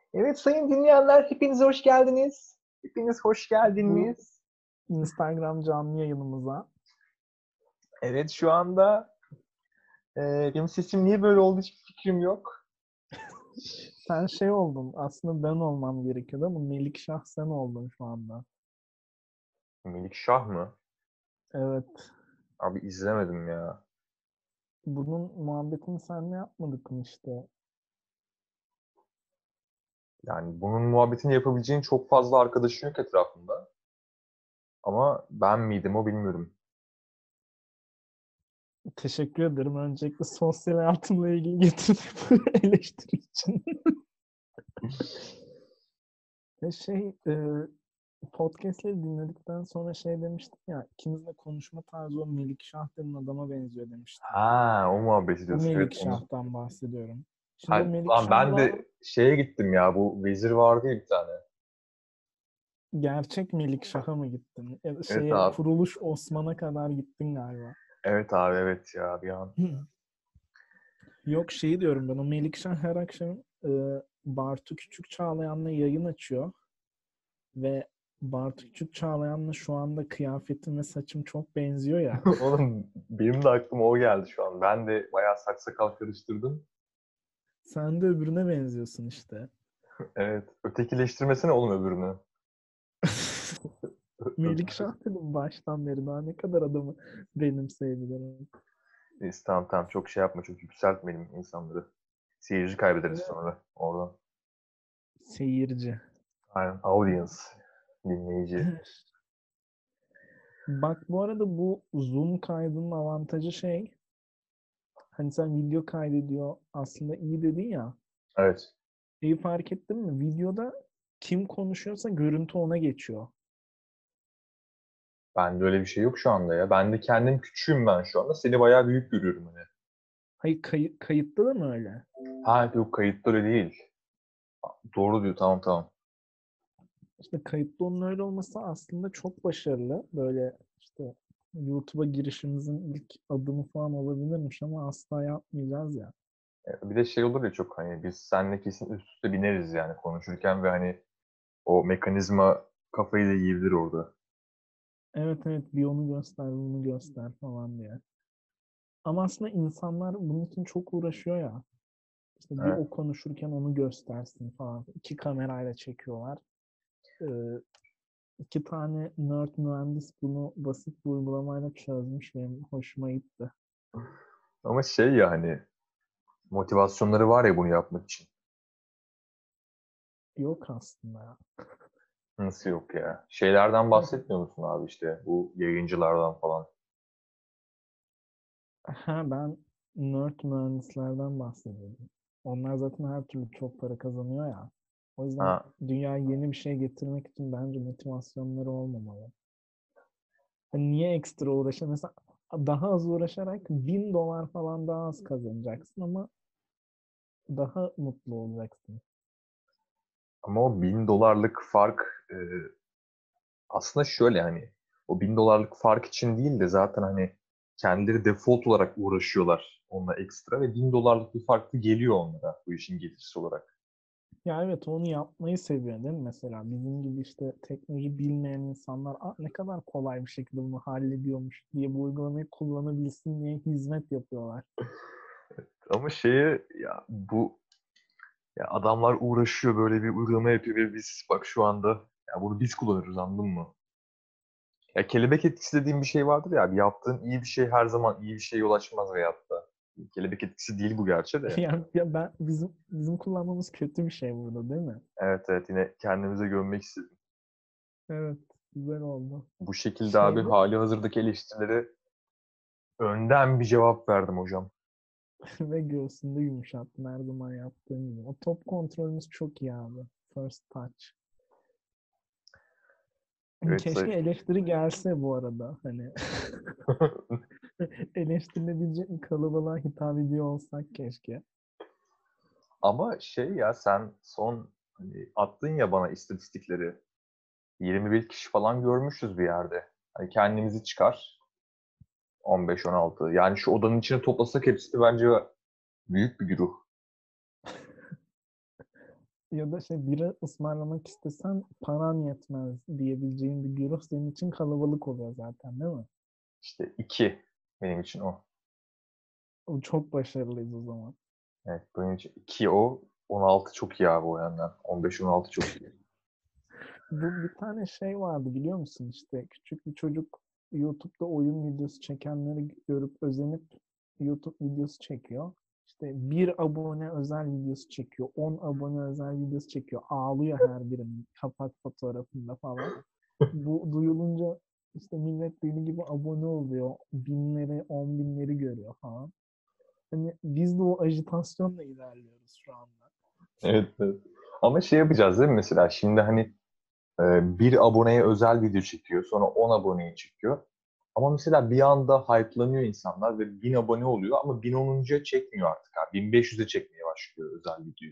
Evet sayın dinleyenler, hepiniz hoş geldiniz. Hepiniz hoş Bu geldiniz. Instagram canlı yayınımıza. Evet şu anda benim sesim niye böyle oldu hiçbir fikrim yok. Sen şey oldun, aslında ben olmam gerekiyordu ama Melikşah sen oldun şu anda. Melikşah mı? Evet, Abi izlemedim ya. bunun muhabbetini seninle yapmadık mı işte? Yani bunun muhabbetini yapabileceğin çok fazla arkadaşın yok etrafında. Ama ben miydim o bilmiyorum. Teşekkür ederim öncelikle sosyal hayatımla ilgili getirdiğin eleştiri için. Podcast'leri dinledikten sonra şey demiştim ya, ikimiz de konuşma tarzı o Melikşah denen adama benziyor demiştim. Ha, o muhabbeti O diyorsun. Evet onu. Melikşah'tan bahsediyorum. Şimdi o Lan ben Melikşah'la de şeye gittim ya, bu vezir vardı ya bir tane. gerçek Melikşah'a mı gittin? Evet abi. Kuruluş Osman'a kadar gittin galiba. Evet abi, evet ya bir an. Yok şeyi diyorum ben, o Melikşah her akşam Bartu Küçük Çağlayan'la yayın açıyor ve Bartu Küçük Çağlayan'la şu anda kıyafetim ve saçım çok benziyor ya. Oğlum benim de aklıma o geldi şu an. Ben de bayağı saksakal karıştırdım. Sen de öbürüne benziyorsun işte. Evet. Ötekileştirmesene oğlum öbürünü. Melikşah dedim baştan beri, daha ne kadar adamı benimseyebilirim. Neyse, tamam tamam, çok şey yapma, çok yükseltmeyelim insanları. Seyirci kaybederiz Evet. sonra oradan. Seyirci. Aynen, audience, dinleyici. Bak bu arada bu Zoom kaydının avantajı şey, hani sen video kaydediyor aslında iyi dedin ya. Evet. Şeyi fark ettin mi? Videoda kim konuşuyorsa görüntü ona geçiyor. Bende öyle bir şey yok şu anda ya. Ben de kendim küçüğüm ben şu anda. Seni bayağı büyük görüyorum hani. Hayır, kayıtta da mı öyle? Ha yok, kayıtta öyle değil. Doğru diyor, tamam tamam. İşte kayıtlı onun öyle olması aslında çok başarılı. Böyle işte YouTube'a girişimizin ilk adımı falan olabilirmiş ama asla yapmayacağız ya. Bir de şey olur ya, çok hani biz seninle kesin üst üste bineriz yani konuşurken ve hani o mekanizma kafayı da yiyebilir orada. Evet evet, bir onu göster bunu göster falan diye. Ama aslında insanlar bunun için çok uğraşıyor ya. İşte bir Evet. o konuşurken onu göstersin falan. İki kamerayla çekiyorlar. Ee, iki tane nerd mühendis bunu basit bir uygulamayla çözmüş. Benim hoşuma gitti. Ama şey ya, hani motivasyonları var ya bunu yapmak için. Yok aslında ya. Nasıl yok ya? Şeylerden bahsetmiyor musun abi, işte bu yayıncılardan falan? Ha, ben nerd mühendislerden bahsediyorum. Onlar zaten her türlü çok para kazanıyor ya. O yüzden Ha, dünyaya yeni bir şey getirmek için bence motivasyonları olmamalı. Hani niye ekstra uğraşıyor? Mesela daha az uğraşarak $1000 falan daha az kazanacaksın ama daha mutlu olacaksın. ama o 1.000 dolarlık fark aslında şöyle, hani o 1.000 dolarlık fark için değil de zaten hani kendileri default olarak uğraşıyorlar onunla ekstra ve 1.000 dolarlık bir fark da geliyor onlara bu işin getirisi olarak. Ya evet, onu yapmayı seviyor değil mi mesela? Bizim gibi işte teknoloji bilmeyen insanlar, ne kadar kolay bir şekilde bunu hallediyormuş diye bu uygulamayı kullanabilsin diye hizmet yapıyorlar. Ama şeye ya, bu ya adamlar uğraşıyor, böyle bir uygulama yapıyor ve biz bak şu anda ya bunu biz kullanıyoruz, anladın mı? Ya kelebek etkisi dediğim bir şey vardır ya. Bir yaptığın iyi bir şey her zaman iyi bir şeye yol açmaz veyahut da. Kelebek etkisi değil bu gerçi de. Ya ben bizim kullanmamız kötü bir şey burada değil mi? Evet evet, yine kendimize gömmek istedim. Evet, güzel oldu. Bu şekilde abi Şeyde hali hazırdaki eleştirilere önden bir cevap verdim hocam. ve göğsünde yumuşattın her zaman yaptığın gibi. O top kontrolümüz çok iyi abi. First touch. Evet Keşke sayın. eleştiri gelse bu arada. Hani eleştirilebilecek bir kalabalığa hitap ediyor olsak keşke. Ama şey ya, sen son hani attın ya bana istatistikleri. 21 kişi falan görmüşüz bir yerde. Hani kendimizi çıkar. 15-16. Yani şu odanın içine toplasak hepsi bence büyük bir güruh. Ya da bira ısmarlamak istesen paran yetmez diyebileceğin bir büro senin için kalabalık oluyor zaten, değil mi? İşte 2 benim için o. O çok başarılıyız o zaman. Evet, benim için 2 o. 16 çok iyi abi o yandan. 15-16 çok iyi. Bu bir tane vardı biliyor musun? İşte küçük bir çocuk YouTube'da oyun videosu çekenleri görüp özenip YouTube videosu çekiyor. İşte bir abone özel videosu çekiyor. 10 abone özel videosu çekiyor. Ağlıyor her birinin kapak fotoğrafında falan. Bu duyulunca millet deli gibi abone oluyor. Binleri, 10 binleri görüyor falan. Hani biz de o ajitasyonla ilerliyoruz şu anda. Evet, evet. Ama şey yapacağız değil mi mesela? Şimdi hani bir aboneye özel video çekiyor. Sonra 10 aboneyi çekiyor. Ama mesela bir anda hype'lanıyor insanlar ve 1000 abone oluyor ama 1010. çekmiyor artık abi. 1500'e çekmeye başlıyor özel videoyu.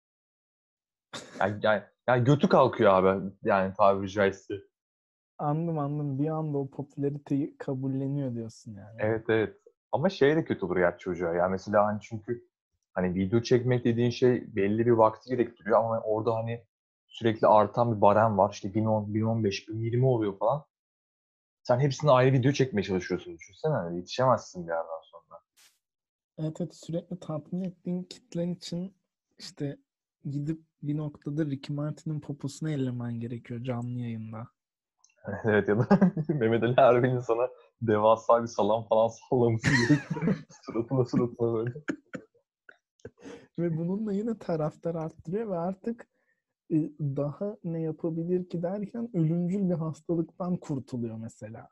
Yani götü kalkıyor abi. Yani tabiri caizse. Anladım. Bir anda o popülariteyi kabulleniyor diyorsun yani. Evet, evet. Ama şey de kötü olur ya çocuğa. Ya mesela hani çünkü hani video çekmek dediğin şey belli bir vakti gerektiriyor ama orada hani sürekli artan bir barem var. İşte 1010, 1015, 1020 oluyor falan. Sen hepsini ayrı video çekmeye çalışıyorsun. Düşünsene hani yetişemezsin bir yerden sonra. Evet, evet, sürekli tatmin ettiğin kitlen için gidip bir noktada Ricky Martin'in poposunu ellemen gerekiyor canlı yayında. Evet, ya da Mehmet Ali Erbil'in sana devasa bir salam falan sallaması gerekiyor. Suratına böyle. Ve bununla yine taraftar arttırıyor ve artık daha ne yapabilir ki derken ölümcül bir hastalıktan kurtuluyor mesela.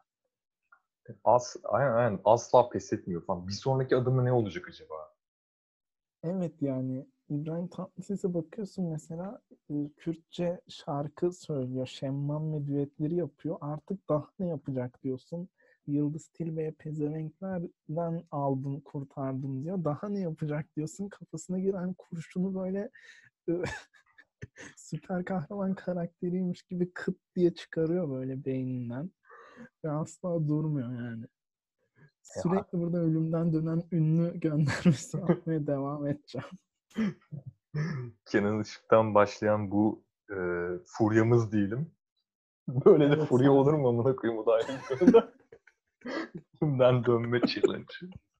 Aynen, asla pes etmiyor falan. Bir sonraki adımı ne olacak acaba? Evet, yani İbrahim Tatlıses'e bakıyorsun mesela, Kürtçe şarkı söylüyor. Şemman ve düetleri yapıyor. Artık daha ne yapacak diyorsun. Yıldız Tilbe'ye pezevenklerden aldın kurtardın diyor. Daha ne yapacak diyorsun. Kafasına giren kurşunu böyle e, süper kahraman karakteriymiş gibi kıt diye çıkarıyor böyle beyninden. Ve asla durmuyor yani. Ya, Sürekli burada ölümden dönen ünlü göndermesi yapmaya devam edeceğim. Kenan Işık'tan başlayan bu furyamız diyelim. Böyle de Evet, furya olur sen mu amına koyayım, o da ayrı bir konuda. Ben dönme challenge.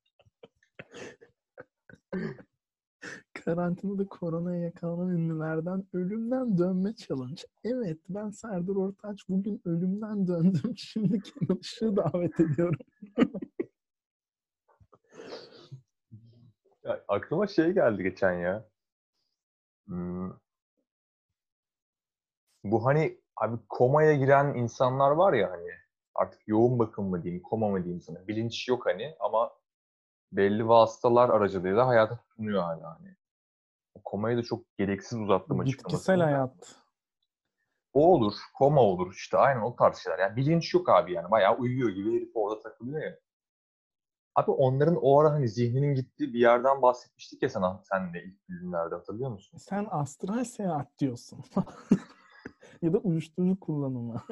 karantinada koronaya yakalanan ünlülerden ölümden dönme challenge. Evet, ben Serdar Ortaç, bugün ölümden döndüm. Şimdi Kenan Işık'ı davet ediyorum. Ya, aklıma şey geldi geçen ya. Hmm, Bu hani abi komaya giren insanlar var ya hani, artık yoğun bakım mı diyeyim, koma mı diyeyim sana. Bilinç yok hani ama belli vasıtalar aracılığıyla hayata tutunuyor hala hani. O komayı da çok gereksiz uzattım Bitkisel açıklamasını da. hayat. O olur, koma olur işte, aynen o tarz şeyler. Yani bilinç yok abi yani. Bayağı uyuyor gibi herif orada takılıyor ya. Abi onların o ara hani zihninin gittiği bir yerden bahsetmiştik ya sana, senle ilk bölümlerde, hatırlıyor musun? Sen astral seyahat diyorsun. Ya da uyuşturucu kullanımı.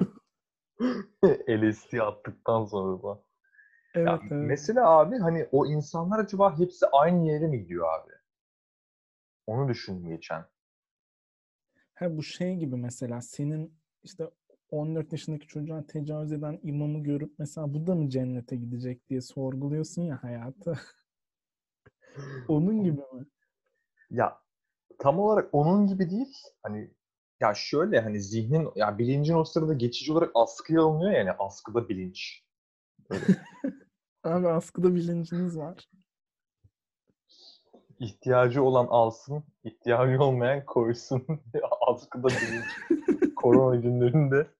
LSD attıktan sonra falan. Ya Evet, evet. mesela abi hani o insanlar acaba hepsi aynı yere mi gidiyor abi? Onu düşündüm geçen. Ha, bu gibi mesela senin 14 yaşındaki çocuğa tecavüz eden imamı görüp mesela bu da mı cennete gidecek diye sorguluyorsun ya hayatı. Onun gibi mi? Ya tam olarak onun gibi değil. Hani ya şöyle hani zihnin, ya bilincin o sırada geçici olarak askıya alınıyor ya, yani askıda bilinç. Böyle Abi askıda bilinciniz var. ihtiyacı olan alsın, ihtiyacı olmayan koysun. Askıda bilinç. Korona günlerinde.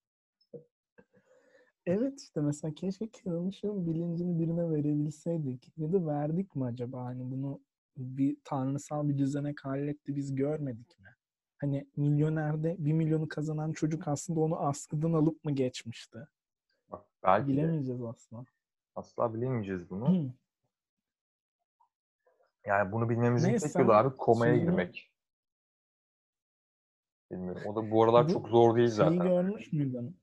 Evet, mesela keşke Kenan Işık'ın bilincini birine verebilseydik. Ya da verdik mi acaba? Hani bunu bir tanrısal bir düzenek halletti, biz görmedik mi? Hani Milyoner'de 1 milyonu kazanan çocuk aslında onu askıdan alıp mı geçmişti? Bak, belki de. Bilemeyeceğiz aslında. Asla bilemeyeceğiz bunu. Yani bunu bilmemizin Neyse, tek yolu sen abi komaya sözünü, girmek. Bilmiyorum. O da bu aralar çok bu zor değil zaten. görmüş müydün?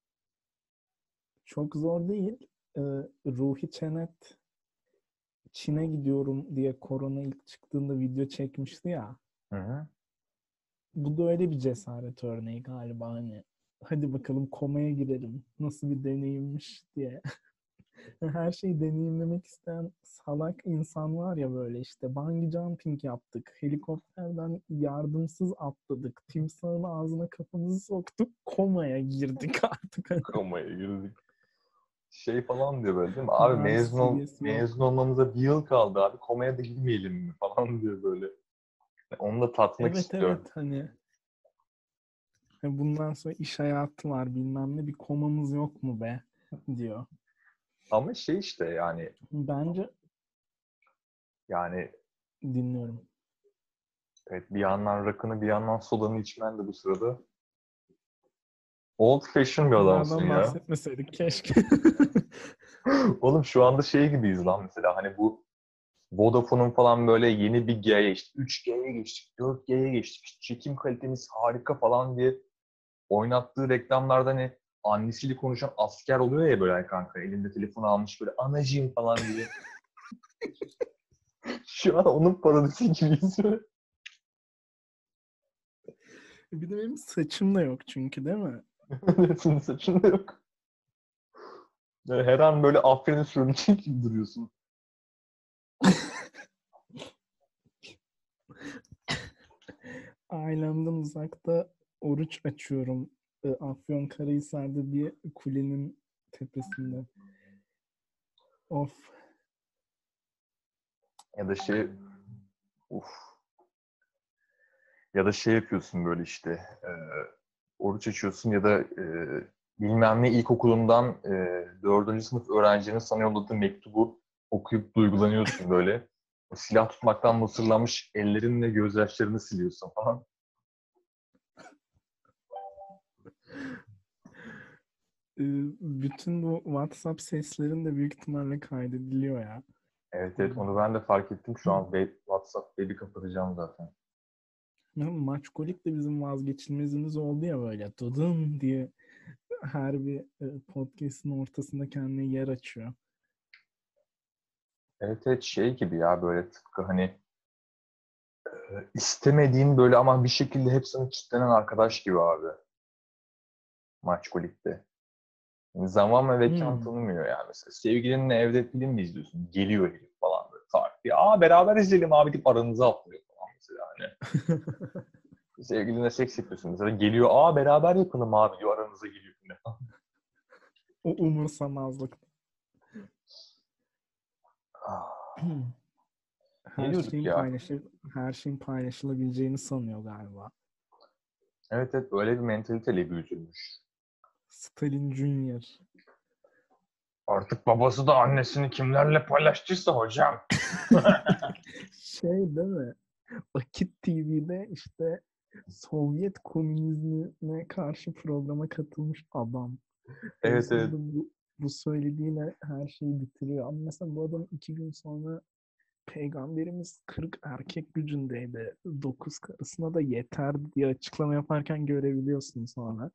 Çok zor değil. Ee, Ruhi Çenet Çin'e gidiyorum diye korona ilk çıktığında video çekmişti ya. Hı hı. Bu da öyle bir cesaret örneği galiba hani. Hadi bakalım komaya girelim. Nasıl bir deneyimmiş diye. Her şeyi deneyimlemek isteyen salak insan var ya böyle işte bungee jumping yaptık. Helikopterden yardımsız atladık. Timsahın ağzına kafamızı soktuk. Komaya girdik artık. Hani Komaya girdik. Şey falan diyor böyle değil mi? Abi daha bir seviyesi mezun yok. olmamıza bir yıl kaldı abi. Komaya da girmeyelim mi falan diyor böyle. Onu da tatmak Evet istiyor. evet hani bundan sonra iş hayatı var bilmem ne bir komamız yok mu be diyor. Ama şey işte Bence yani dinliyorum. evet, bir yandan rakını bir yandan sodanı içmen de bu sırada old fashion bir adamsın Bunlardan ya. bahsetmeseydik keşke. Oğlum şu anda şey gibiyiz lan mesela hani bu Vodafone'un falan böyle yeni bir G'ye işte 3G'ye geçtik, 4G'ye geçtik, işte çekim kalitemiz harika falan diye oynattığı reklamlarda hani annesiyle konuşan asker oluyor ya böyle kanka elinde telefonu almış böyle anacığım falan diye. Şu an onun parodisi gibiyiz. Bir de benim saçım da yok çünkü değil mi? Senin saçında yok. Yani her an böyle aferin sürünecek gibi duruyorsun. Ailemden uzakta oruç açıyorum. Afyonkarahisar'da bir kulenin tepesinde. Of. Ya da uf, ya da şey yapıyorsun böyle işte oruç açıyorsun ya da bilmem ne ilkokulundan 4. sınıf öğrencinin sana yolladığı mektubu okuyup duygulanıyorsun böyle. O silah tutmaktan mısırlanmış ellerinle gözyaşlarını siliyorsun falan. Bütün bu WhatsApp seslerin de büyük ihtimalle kaydediliyor ya. Evet evet Hmm. onu ben de fark ettim. Şu an WhatsApp web'i kapatacağım zaten. Maçkolik de bizim vazgeçilmezimiz oldu ya böyle. Dudum diye her bir podcast'in ortasında kendine yer açıyor. Evet evet şey gibi ya böyle tıpkı hani istemediğin böyle ama bir şekilde hepsini kitlenen arkadaş gibi abi. Maçkolik'te. Yani zaman ve mekan Hmm. tanımıyor yani. Mesela sevgilinle evde film mi izliyorsun? Geliyor herif falan böyle. Tak diye. Aa beraber izleyelim abi deyip aranıza atlıyor falan mesela. Hani sevgilinle seks yapıyorsun mesela. Geliyor aa beraber yapalım abi diyor aranıza geliyor falan. O umursamazlık. Ah, ne Her diyorduk şeyin ya? her şeyin paylaşılabileceğini sanıyor galiba. Evet evet öyle bir mentaliteyle büyütülmüş. Stalin Junior. Artık babası da annesini kimlerle paylaştıysa hocam. Şey değil mi? Akit TV'de işte Sovyet komünizmine karşı programa katılmış adam. En Evet evet. sonunda bu söylediğiyle her şeyi bitiriyor. Ama mesela bu adam 2 gün sonra Peygamberimiz 40 erkek gücündeydi. 9 karısına da yeter diye açıklama yaparken görebiliyorsun sonra.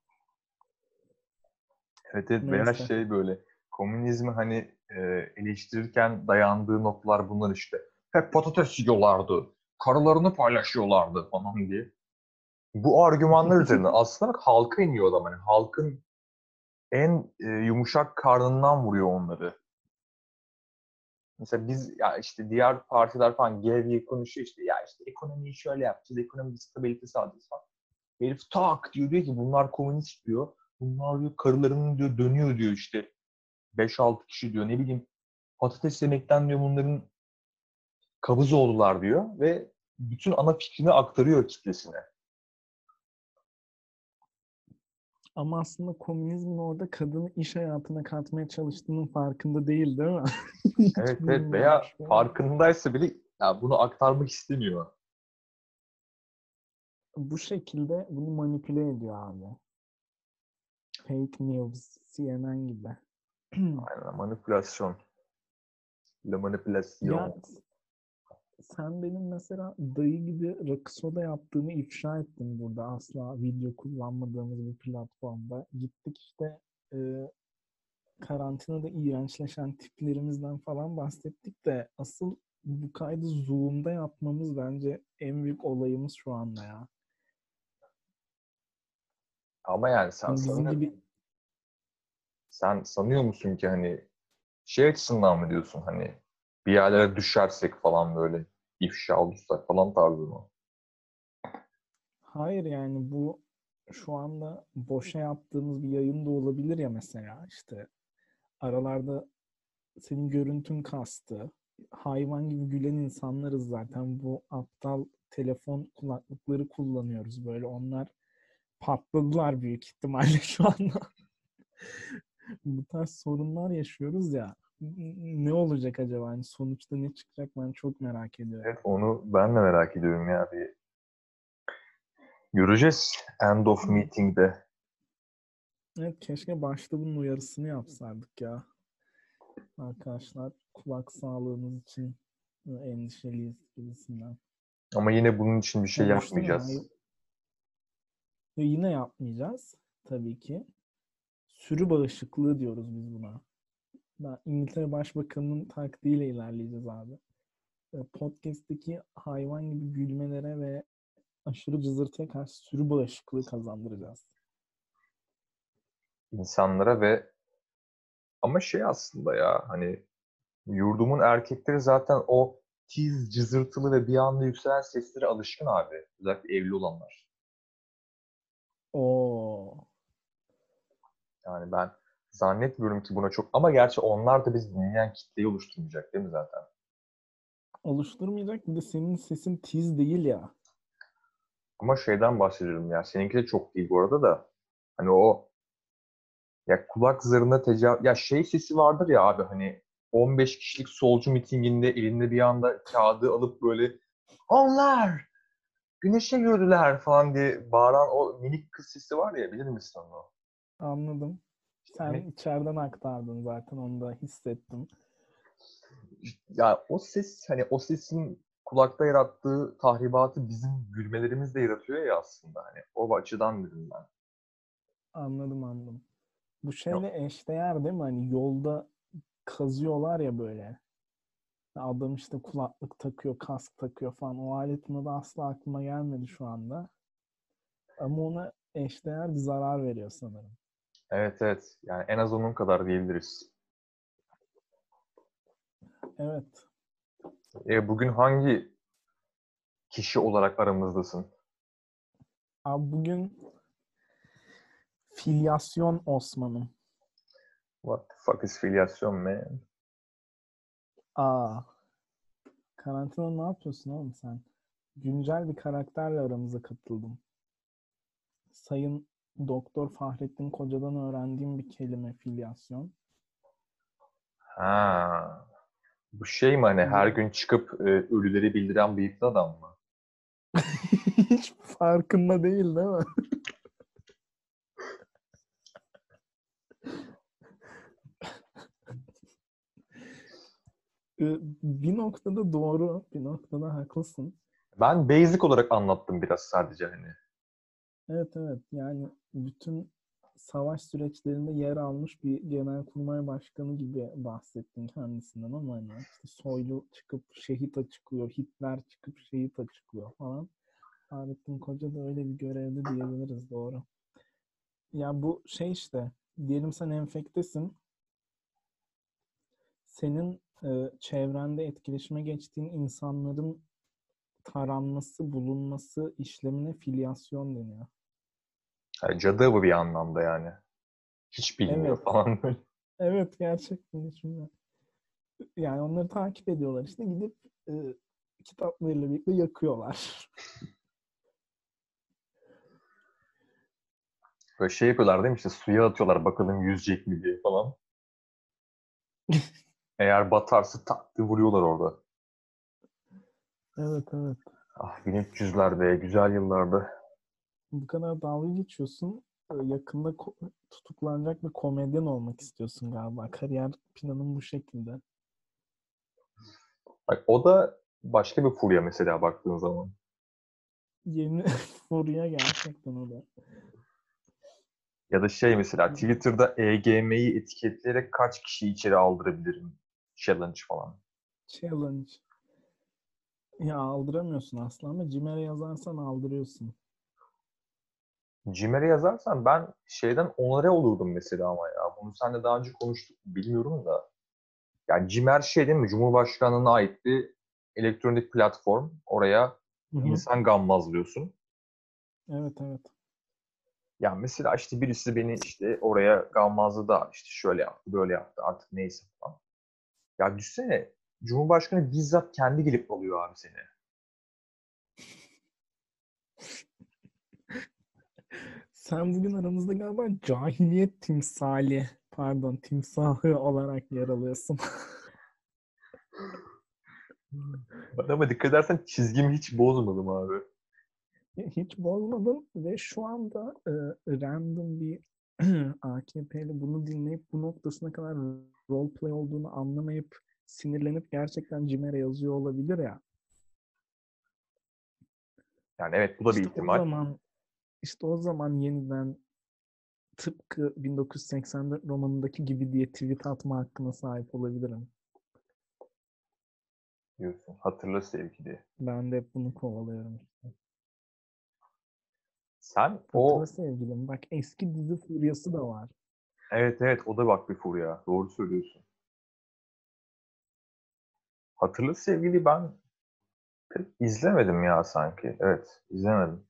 Evet evet veya Neyse. şey böyle komünizmi hani eleştirirken dayandığı noktalar bunlar işte. Hep patates yiyorlardı. Karılarını paylaşıyorlardı falan diye. Bu argümanlar üzerine aslında bak halka iniyor adam hani halkın en yumuşak karnından vuruyor onları. Mesela biz ya işte diğer partiler falan gel konuşuyor işte ya işte ekonomiyi şöyle yapacağız, ekonomide stabilite sağlayacağız falan. Herif tak diyor ki bunlar komünist diyor. Bunlar diyor karılarının diyor dönüyor diyor işte 5-6 kişi diyor ne bileyim patates yemekten diyor bunların kabız oldular diyor ve bütün ana fikrini aktarıyor kitlesine. Ama aslında komünizmin orada kadını iş hayatına katmaya çalıştığının farkında değil değil mi? Hiç Evet evet veya bilmiyormuş böyle. farkındaysa bile ya bunu aktarmak istemiyor. Bu şekilde bunu manipüle ediyor abi. Fake news, CNN gibi. Aynen manipülasyon. La Ya manipülasyon. sen benim mesela dayı gibi rakı soda yaptığımı ifşa ettin burada asla video kullanmadığımız bir platformda. Gittik işte e, karantinada iğrençleşen tiplerimizden falan bahsettik de asıl bu kaydı Zoom'da yapmamız bence en büyük olayımız şu anda ya. Ama yani Hani bizim gibi sen sanıyor musun ki hani şey açısından mı diyorsun hani bir yerlere düşersek falan böyle ifşa olursak falan tarzı mı? hayır yani bu şu anda boşa yaptığımız bir yayın da olabilir ya mesela işte aralarda senin görüntün kastı. Hayvan gibi gülen insanlarız zaten. Bu aptal telefon kulaklıkları kullanıyoruz böyle. Onlar patladılar büyük ihtimalle şu anda. Bu tarz sorunlar yaşıyoruz ya. Ne olacak acaba? Hani sonuçta ne çıkacak ben çok merak ediyorum. Evet onu ben de merak ediyorum ya bir göreceğiz end of Hı. meeting'de. Evet keşke başta bunun uyarısını yapsaydık ya. Arkadaşlar kulak sağlığınız için endişeliyiz gibisinden. Ama yine bunun için bir şey Ya düşünsene yapmayacağız. yine yapmayacağız tabii ki. Sürü bağışıklığı diyoruz biz buna. Ben İngiltere Başbakanı'nın taktiğiyle ilerleyeceğiz abi. Podcast'teki hayvan gibi gülmelere ve aşırı cızırtıya karşı sürü bağışıklığı kazandıracağız. İnsanlara ve ama şey aslında ya hani yurdumun erkekleri zaten o tiz, cızırtılı ve bir anda yükselen seslere alışkın abi. Özellikle evli olanlar. Oo, Yani ben zannetmiyorum ki buna çok... Ama gerçi onlar da biz dinleyen kitleyi oluşturmayacak değil mi zaten? oluşturmayacak. Bir de senin sesin tiz değil ya. Ama şeyden bahsediyorum ya. Seninki de çok değil bu arada da. Hani o ya kulak zarına tecavüz... Ya şey sesi vardır ya abi hani 15 kişilik solcu mitinginde elinde bir anda kağıdı alıp böyle onlar güneşe yürüdüler falan diye bağıran o minik kız sesi var ya bilir misin onu? Anladım. Sen Hani içeriden aktardın zaten onu da hissettim. ya o ses hani o sesin kulakta yarattığı tahribatı bizim gülmelerimiz de yaratıyor ya aslında hani o açıdan dedim ben. Anladım. Bu Ya, şeyle eşdeğer değil mi? Hani yolda kazıyorlar ya böyle. Adam işte kulaklık takıyor, kask takıyor falan. O aletin adı asla aklıma gelmedi şu anda. Ama ona eşdeğer bir zarar veriyor sanırım. evet evet yani en az onun kadar diyebiliriz. Evet. Bugün hangi kişi olarak aramızdasın? Abi bugün filyasyon Osman'ım. What the fuck is filyasyon man? Aa, karantina ne yapıyorsun oğlum sen? Güncel bir karakterle aramıza katıldım. Sayın Doktor Fahrettin Koca'dan öğrendiğim bir kelime filyasyon. Ha, bu şey mi hani her Bu gün çıkıp ölüleri bildiren bıyıklı adam mı? hiç farkında değil mi? Bir noktada doğru, bir noktada haklısın. Ben basic olarak anlattım biraz sadece hani. Evet yani bütün savaş süreçlerinde yer almış bir genelkurmay başkanı gibi bahsettin kendisinden ama hani işte Soylu çıkıp şehit açıklıyor, Hitler çıkıp şehit açıklıyor falan. Fahrettin Koca da öyle bir görevde diyebiliriz doğru. Ya bu şey işte diyelim sen enfektesin. Senin çevrende etkileşime geçtiğin insanların taranması, bulunması işlemine filyasyon deniyor. Yani cadı bu bir anlamda yani. Hiç bilmiyor Evet. falan böyle. Evet gerçekten şimdi. Yani onları takip ediyorlar işte gidip e, kitaplarıyla birlikte yakıyorlar. Böyle şey yapıyorlar değil mi işte suya atıyorlar bakalım yüzecek mi diye falan. Eğer batarsa tak diye vuruyorlar orada. Evet. Ah 1300'lerde güzel yıllarda. Bu kadar dalga geçiyorsun. Yakında tutuklanacak bir komedyen olmak istiyorsun galiba. Kariyer planın bu şekilde. Bak, o da başka bir furya mesela baktığın zaman. Yeni furya gerçekten o da. Ya da şey mesela Twitter'da EGM'yi etiketleyerek kaç kişiyi içeri aldırabilirim challenge falan. Challenge. Ya aldıramıyorsun aslında ama CİMER'e yazarsan aldırıyorsun. Cimer'e yazarsan ben şeyden onore olurdum mesela ama ya. Bunu seninle daha önce konuştuk bilmiyorum da. Yani Cimer şey değil mi? Cumhurbaşkanlığına ait bir elektronik platform. Oraya Hı hı. insan gammazlıyorsun. Evet, evet. Yani mesela işte birisi beni işte oraya gammazladı da işte şöyle yaptı, böyle yaptı artık neyse falan. Ya düşünsene Cumhurbaşkanı bizzat kendi gelip alıyor abi seni. Sen bugün aramızda galiba cahiliyet timsali, pardon timsahı olarak yer alıyorsun. Ama dikkat edersen çizgimi hiç bozmadım abi. Hiç bozmadın ve şu anda random bir AKP'li bunu dinleyip bu noktasına kadar roleplay olduğunu anlamayıp sinirlenip gerçekten Cimer'e yazıyor olabilir ya. Yani evet bu da bir İşte o ihtimal. zaman işte o zaman yeniden tıpkı 1984 romanındaki gibi diye tweet atma hakkına sahip olabilirim. Diyorsun. Hatırla sevgili. Ben de hep bunu kovalıyorum işte. Sen Hatırla o sevgilim. Bak eski dizi furyası da var. evet evet o da bak bir furya. Doğru söylüyorsun. Hatırla sevgili ben pek izlemedim ya sanki. Evet izlemedim.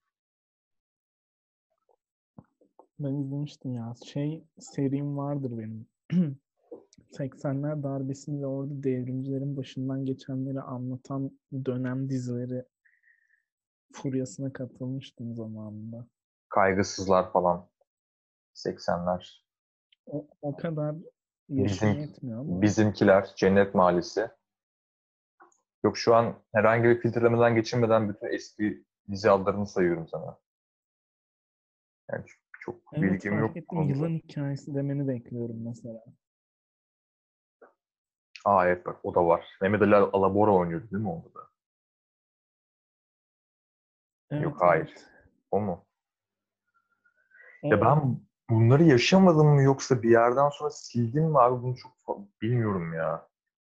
Ben izlemiştim ya. Şey serim vardır benim. 80'ler darbesini ve orada devrimcilerin başından geçenleri anlatan dönem dizileri furyasına katılmıştım zamanında. Kaygısızlar falan. 80'ler. O kadar yaşım Bizim yetmiyor ama bizimkiler Cennet Mahallesi. Yok şu an herhangi bir filtrelemeden geçirmeden bütün eski dizi adlarını sayıyorum sana. Yani çok evet bilgim fark yok bu ettim. Yılan konuda. hikayesi demeni bekliyorum mesela. Aa evet bak o da var. Mehmet Ali Alabora oynuyordu değil mi onda da? Yok Evet, hayır. evet. O mu? Ya O ben bunları yaşamadım mı yoksa bir yerden sonra sildim mi abi bunu çok bilmiyorum ya.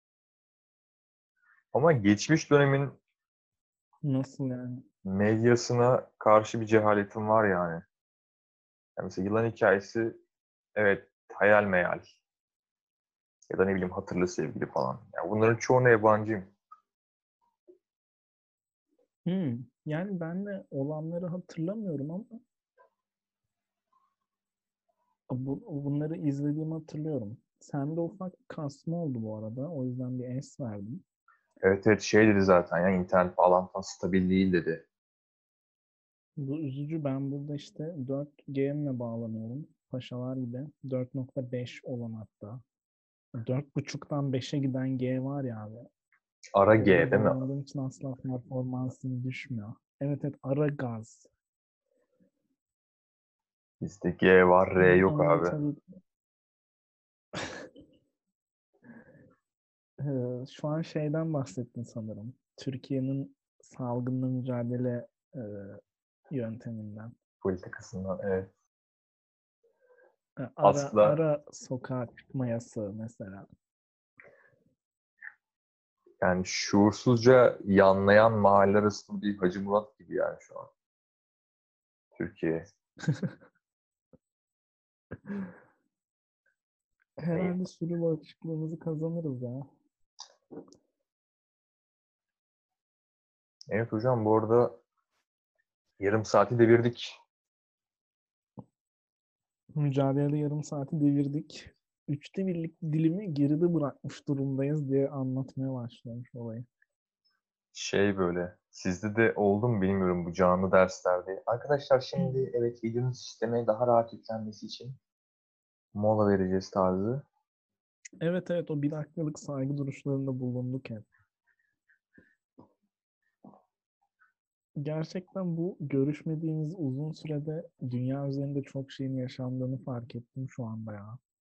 Ama geçmiş dönemin nasıl yani? medyasına karşı bir cehaletim var yani. Yani mesela yılan hikayesi evet hayal meyal ya da ne bileyim hatırlı sevgili falan. Yani bunların çoğuna yabancıyım. Yani ben de olanları hatırlamıyorum ama bunları izlediğimi hatırlıyorum. Sende ufak kasma oldu bu arada. O yüzden bir es verdim. Evet evet şey dedi zaten ya internet bağlantın stabil değil dedi. Bu üzücü. Ben burada işte 4G'mle bağlanıyorum. Paşalar gibi. 4.5 olan hatta. 4.5'tan 5'e giden G var ya abi. Ara G Oraya değil mi? bağlandığım için asla performansım düşmüyor. Evet, evet, ara gaz. Bizde G var R yok Ama abi. tabii şu an şeyden bahsettin sanırım. Türkiye'nin salgınla mücadele e, yönteminden. Politikasından evet. Ara Aslında ara sokağa çıkma yasağı mesela. yani şuursuzca yanlayan mahalle arasında bir Hacı Murat gibi yani şu an Türkiye. İyi. Herhalde sürü bağışıklığımızı kazanırız ya. Evet hocam bu arada yarım saati devirdik. Mücadelede yarım saati devirdik. Üçte birlik dilimi geride bırakmış durumdayız diye anlatmaya başlamış olayı. Şey böyle sizde de oldu mu bilmiyorum bu canlı derslerde. Arkadaşlar şimdi evet videonun sisteme daha rahat yüklenmesi için mola vereceğiz tarzı. Evet, evet, o bir dakikalık saygı duruşlarında bulunduk hep. Gerçekten bu görüşmediğimiz uzun sürede dünya üzerinde çok şeyin yaşandığını fark ettim şu anda ya.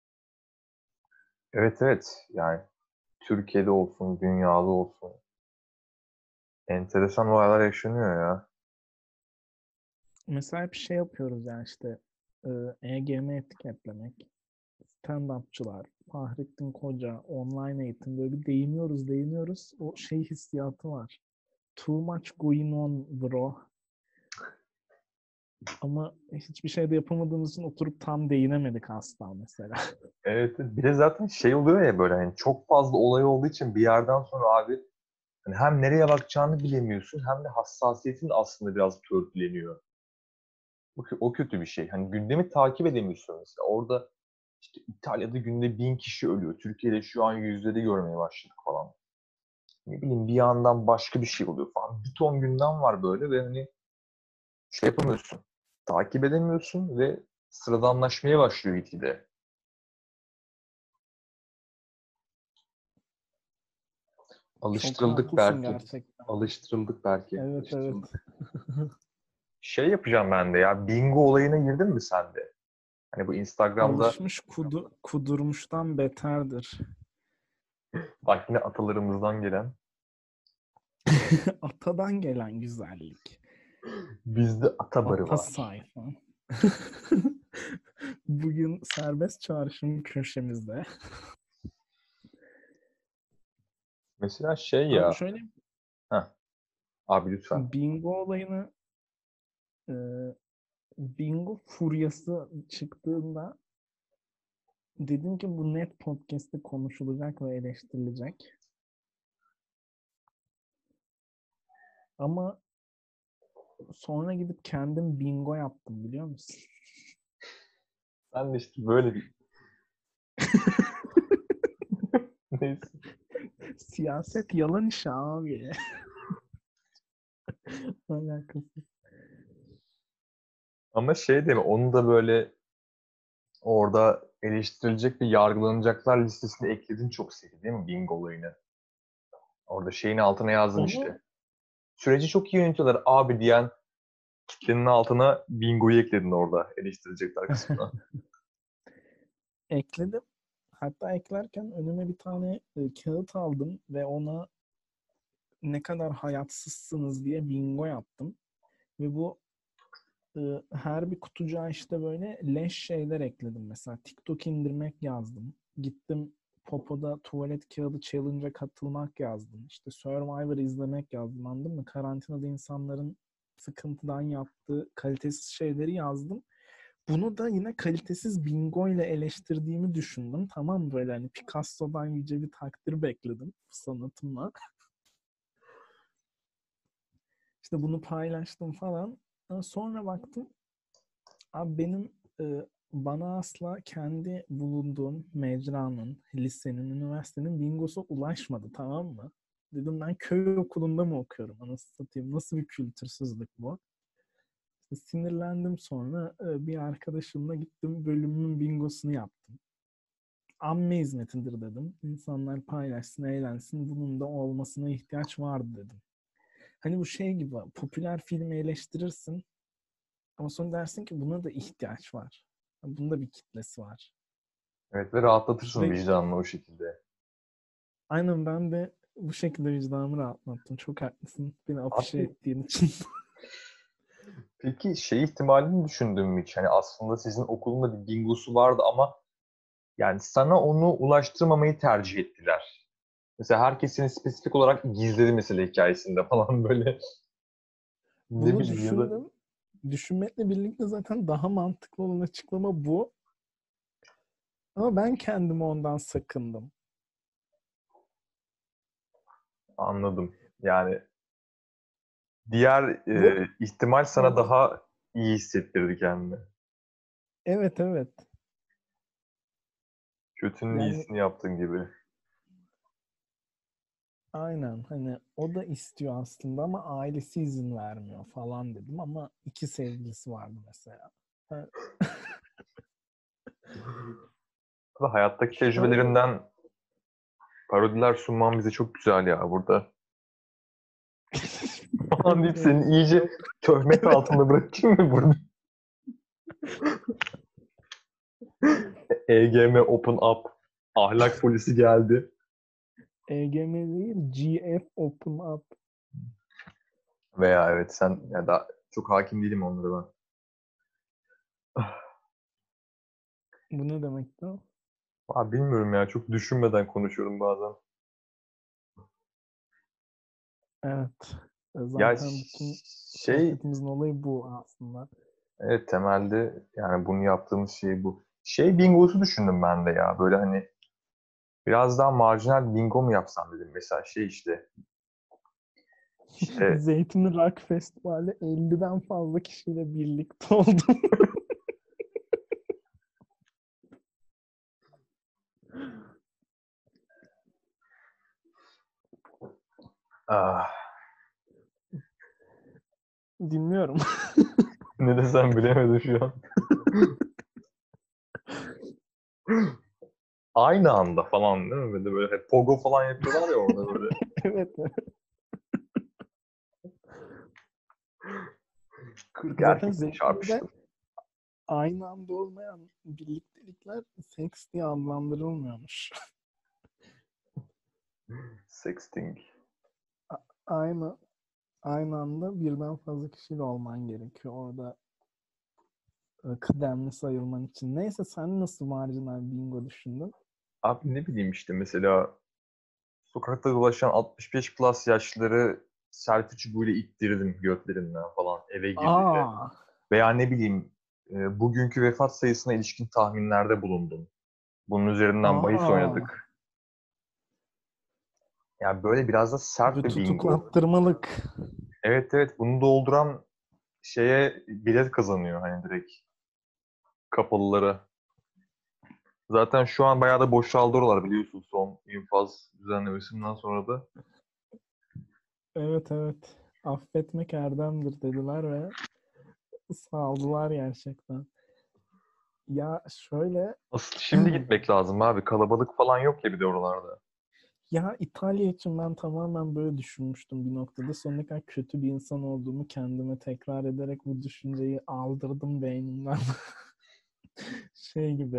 Evet evet yani Türkiye'de olsun dünyada olsun enteresan olaylar yaşanıyor ya. Mesela hep şey yapıyoruz yani işte EGM etiketlemek, stand-upçılar, Fahrettin Koca, online eğitim böyle bir değiniyoruz. O şey hissiyatı var. Too much going on bro. Ama hiçbir şey de yapamadığımız için oturup tam değinemedik asla mesela. Evet, bir de zaten şey oluyor ya böyle hani çok fazla olay olduğu için bir yerden sonra abi hani hem nereye bakacağını bilemiyorsun hem de hassasiyetin aslında biraz törpüleniyor. O kötü bir şey. Hani gündemi takip edemiyorsun mesela. Orada işte İtalya'da günde 1.000 kişi ölüyor. Türkiye'de şu an yüzleri görmeye başladık falan. Ne bileyim bir yandan başka bir şey oluyor falan. Bir ton gündem var böyle ve hani şey yapamıyorsun. Takip edemiyorsun ve sıradanlaşmaya başlıyor gitgide. Çok Alıştırıldık haklısın belki. gerçekten. Alıştırıldık belki. Evet, evet. Alıştırıldık. Şey yapacağım ben de ya. Bingo olayına girdin mi sen de? Hani bu Instagram'da Alışmış kudurmuştan beterdir. bak yine atalarımızdan gelen Atadan gelen güzellik. bizde ata barı Ata var. sayfa. Bugün serbest çağrışım köşemizde. Mesela şey Abi ya. şöyle Heh, abi lütfen. bingo olayını e, bingo furyası çıktığında dedim ki bu net podcast'te konuşulacak ve eleştirilecek. Ama sonra gidip kendim bingo yaptım biliyor musun? Ben de işte böyle bir neyse. Siyaset yalan işi abi. Alakası. Ama şey değil mi? Onu da böyle orada eleştirilecek ve yargılanacaklar listesine ekledin çok seri değil mi? Bingo olayını. Orada şeyin altına yazdın Onu işte. Süreci çok iyi yönetiyorlar abi diyen kitlenin altına bingoyu ekledin orada eleştirecekler kısmına. ekledim. Hatta eklerken önüme bir tane kağıt aldım ve ona ne kadar hayatsızsınız diye bingo yaptım. Ve bu her bir kutucuğa işte böyle leş şeyler ekledim. Mesela TikTok indirmek yazdım. Gittim Popo'da tuvalet kağıdı challenge'a katılmak yazdım. İşte Survivor izlemek yazdım. Anladın mı? Karantinada insanların sıkıntıdan yaptığı kalitesiz şeyleri yazdım. Bunu da yine kalitesiz bingo ile eleştirdiğimi düşündüm. Tamam böyle hani Picasso'dan yüce bir takdir bekledim bu sanatımla. İşte bunu paylaştım falan. Sonra baktım abi benim bana asla kendi bulunduğum mecranın, lisenin, üniversitenin bingosu ulaşmadı tamam mı? Dedim ben köy okulunda mı okuyorum anasını satayım. Nasıl bir kültürsüzlük bu? İşte sinirlendim sonra bir arkadaşımla gittim bölümümün bingosunu yaptım. Amme hizmetidir dedim. İnsanlar paylaşsın, eğlensin. Bunun da olmasına ihtiyaç vardı dedim. Hani bu şey gibi popüler filmi eleştirirsin ama sonra dersin ki buna da ihtiyaç var. Bunda bir kitlesi var. Evet ve rahatlatırsın Ve vicdanını o şekilde. aynen ben de bu şekilde vicdanımı rahatlattım. Çok haklısın beni afişe Abi ettiğin için. peki şey ihtimalini düşündün mü hiç? Hani aslında sizin okulun da bir bingosu vardı ama yani sana onu ulaştırmamayı tercih ettiler. Mesela herkes seni spesifik olarak gizledi mesela hikayesinde falan böyle. Ne Bunu bileyim ya da düşündüm. Düşünmekle birlikte zaten daha mantıklı olan açıklama bu. Ama ben kendimi ondan sakındım. anladım. Yani diğer Bu ihtimal sana daha iyi hissettirdi kendini. evet, evet. Kötünün Yani iyisini yaptığın gibi. aynen hani o da istiyor aslında ama ailesi izin vermiyor falan dedim ama iki sevgilisi vardı mesela. Ha, Ama hayattaki şöyle tecrübelerinden parodiler sunman bize çok güzel ya burada. Falan deyip evet, seni evet. iyice töhmet Evet. altında bırakayım mı burada? EGM Open Up. Ahlak polisi geldi. EGM değil, GF Open Up. Veya evet sen ya da çok hakim değilim onlara ben. Bu ne demekti? Abi bilmiyorum ya çok düşünmeden konuşuyorum bazen. Evet. Ya Zaten bütün şey sohbetimizin olayı bu aslında. Evet, temelde yani bunu yaptığımız şey bu. Şey bingosu düşündüm ben de ya. Böyle hani biraz daha marjinal bingo mu yapsam dedim. Mesela şey işte Zeytin Rock Festivali 50'den fazla kişiyle birlikte oldum. ah, Dinliyorum. ne desem bilemedim şu an. Aynı anda falan değil mi? Böyle hep pogo falan yapıyorlar ya orada böyle. Evet. 40 Zaten erkekle Zeytin'de çarpıştım. aynı anda olmayan birliktelikler seks diye adlandırılmıyormuş. Sexting. Aynı aynı anda birden fazla kişiyle olman gerekiyor orada kıdemli sayılman için. Neyse sen nasıl marjinal bingo düşündün? Abi ne bileyim işte mesela sokakta dolaşan 65 plus yaşlıları selfie çubuğuyla ittirdim götlerinden falan eve girdiğinde. Aa, Veya ne bileyim bugünkü vefat sayısına ilişkin tahminlerde bulundum. Bunun üzerinden bahis aa, oynadık. Yani böyle biraz da bir sert bir bingo. tutuklattırmalık. Evet, evet, bunu dolduran şeye bilet kazanıyor hani direkt kapalılara. Zaten şu an bayağı da boşaldı oralar biliyorsun son infaz düzenlemesinden sonra da. Evet evet. Affetmek erdemdir dediler ve saldılar gerçekten. Ya şöyle Asıl şimdi gitmek lazım abi. Kalabalık falan yok ya bir de oralarda. ya İtalya için ben tamamen böyle düşünmüştüm bir noktada. Sonra ne kadar kötü bir insan olduğumu kendime tekrar ederek bu düşünceyi aldırdım beynimden. Şey gibi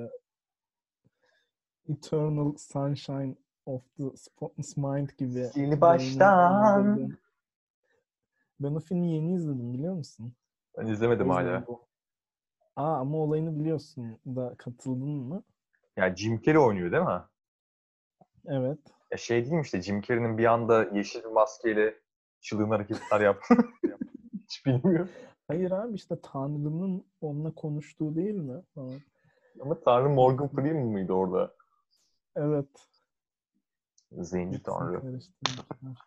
Eternal Sunshine of the Spotless Mind gibi Yeni beynimden baştan. aldırdım. Ben o filmi yeni izledim biliyor musun? Ben O izlemedim yüzden hala. bu. Ama olayını biliyorsun da katıldın mı? Ya Jim Carrey oynuyor değil mi? Evet. Ya şey değil mi işte Jim Carrey'nin bir anda yeşil bir maskeyle çılgın hareketler yaptı. Hiç bilmiyorum. Hayır abi işte Tanrı'nın onunla konuştuğu değil mi? Falan. Ama Tanrı Morgan İkisini, Freeman mıydı orada? evet. Zenci İkisini Tanrı. karıştırmışlar.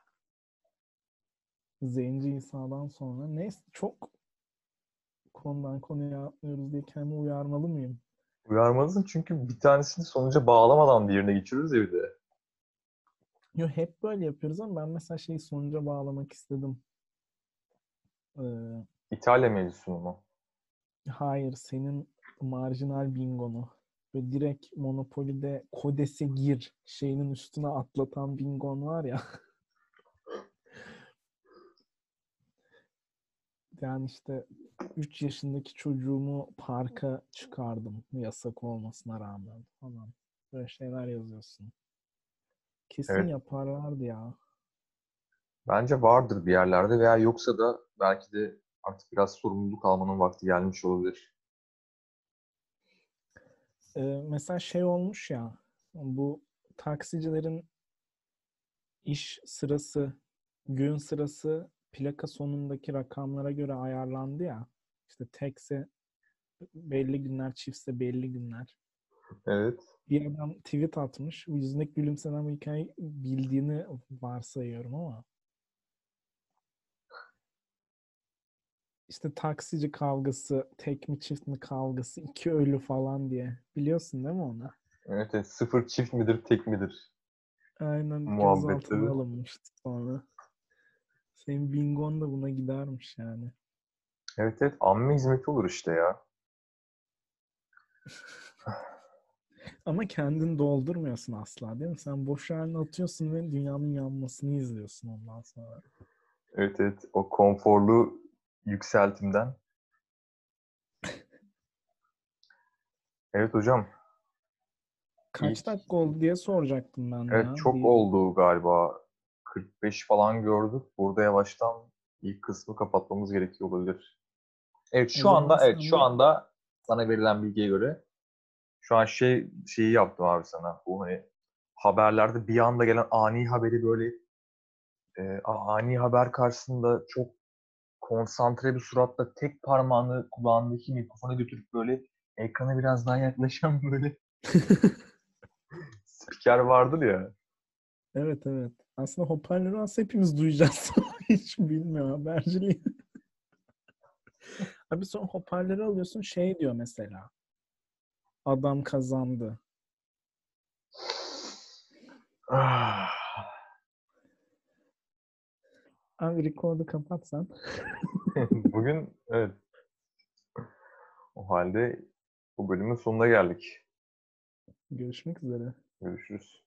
Zenci İsa'dan sonra. Neyse çok konudan konuya atlıyoruz diye kendimi uyarmalı mıyım? Uyarmalısın çünkü bir tanesini sonuca bağlamadan diğerine geçiyoruz ya bir de. Yo, hep böyle yapıyoruz ama ben mesela şeyi sonuca bağlamak istedim. Ee, İtalya mevzusunu mu? hayır senin marjinal bingonu. Böyle direkt Monopoly'de Kodes'e gir şeyinin üstüne atlatan bingon var ya. Yani işte 3 yaşındaki çocuğumu parka çıkardım yasak olmasına rağmen falan. Böyle şeyler yazıyorsun. Kesin Evet. yaparlardı ya. Bence vardır bir yerlerde veya yoksa da belki de artık biraz sorumluluk almanın vakti gelmiş olabilir. Mesela şey olmuş ya bu taksicilerin iş sırası, gün sırası plaka sonundaki rakamlara göre ayarlandı ya. İşte tekse belli günler, çiftse belli günler. Evet. Bir adam tweet atmış. Yüzündeki gülümsenen bu hikayeyi bildiğini varsayıyorum ama. İşte taksici kavgası, tek mi çift mi kavgası, iki ölü falan diye. Biliyorsun değil mi onu? Evet, evet. Sıfır çift midir, tek midir Aynen gözaltına muhabbetleri. alınmıştı sonra. Senin bingon da buna gidermiş yani. Evet, evet. Amme hizmeti olur işte ya. Ama kendini doldurmuyorsun asla değil mi? Sen boş halini atıyorsun ve dünyanın yanmasını izliyorsun ondan sonra. Evet, evet. O konforlu yükseltimden. Evet hocam. Kaç İlk, dakika oldu diye soracaktım ben de evet ya. çok Bir, oldu galiba. 45 falan gördük. Burada yavaştan ilk kısmı kapatmamız gerekiyor olabilir. Evet o şu zaman anda evet sen şu bir anda bana verilen bilgiye göre şu an şeyi yaptım abi sana. Bu hani haberlerde bir anda gelen ani haberi böyle ani haber karşısında çok konsantre bir suratla tek parmağını kulağındaki mikrofona götürüp böyle ekrana biraz daha yaklaşan böyle spiker vardır ya. Evet evet. Aslında hoparlörü aslında hepimiz duyacağız. Hiç bilmiyor haberciliği. Abi sonra hoparlörü alıyorsun şey diyor mesela. Adam kazandı. Ah. Abi rekordu kapatsan. Bugün evet. O halde bu bölümün sonuna geldik. Görüşmek üzere. Görüşürüz.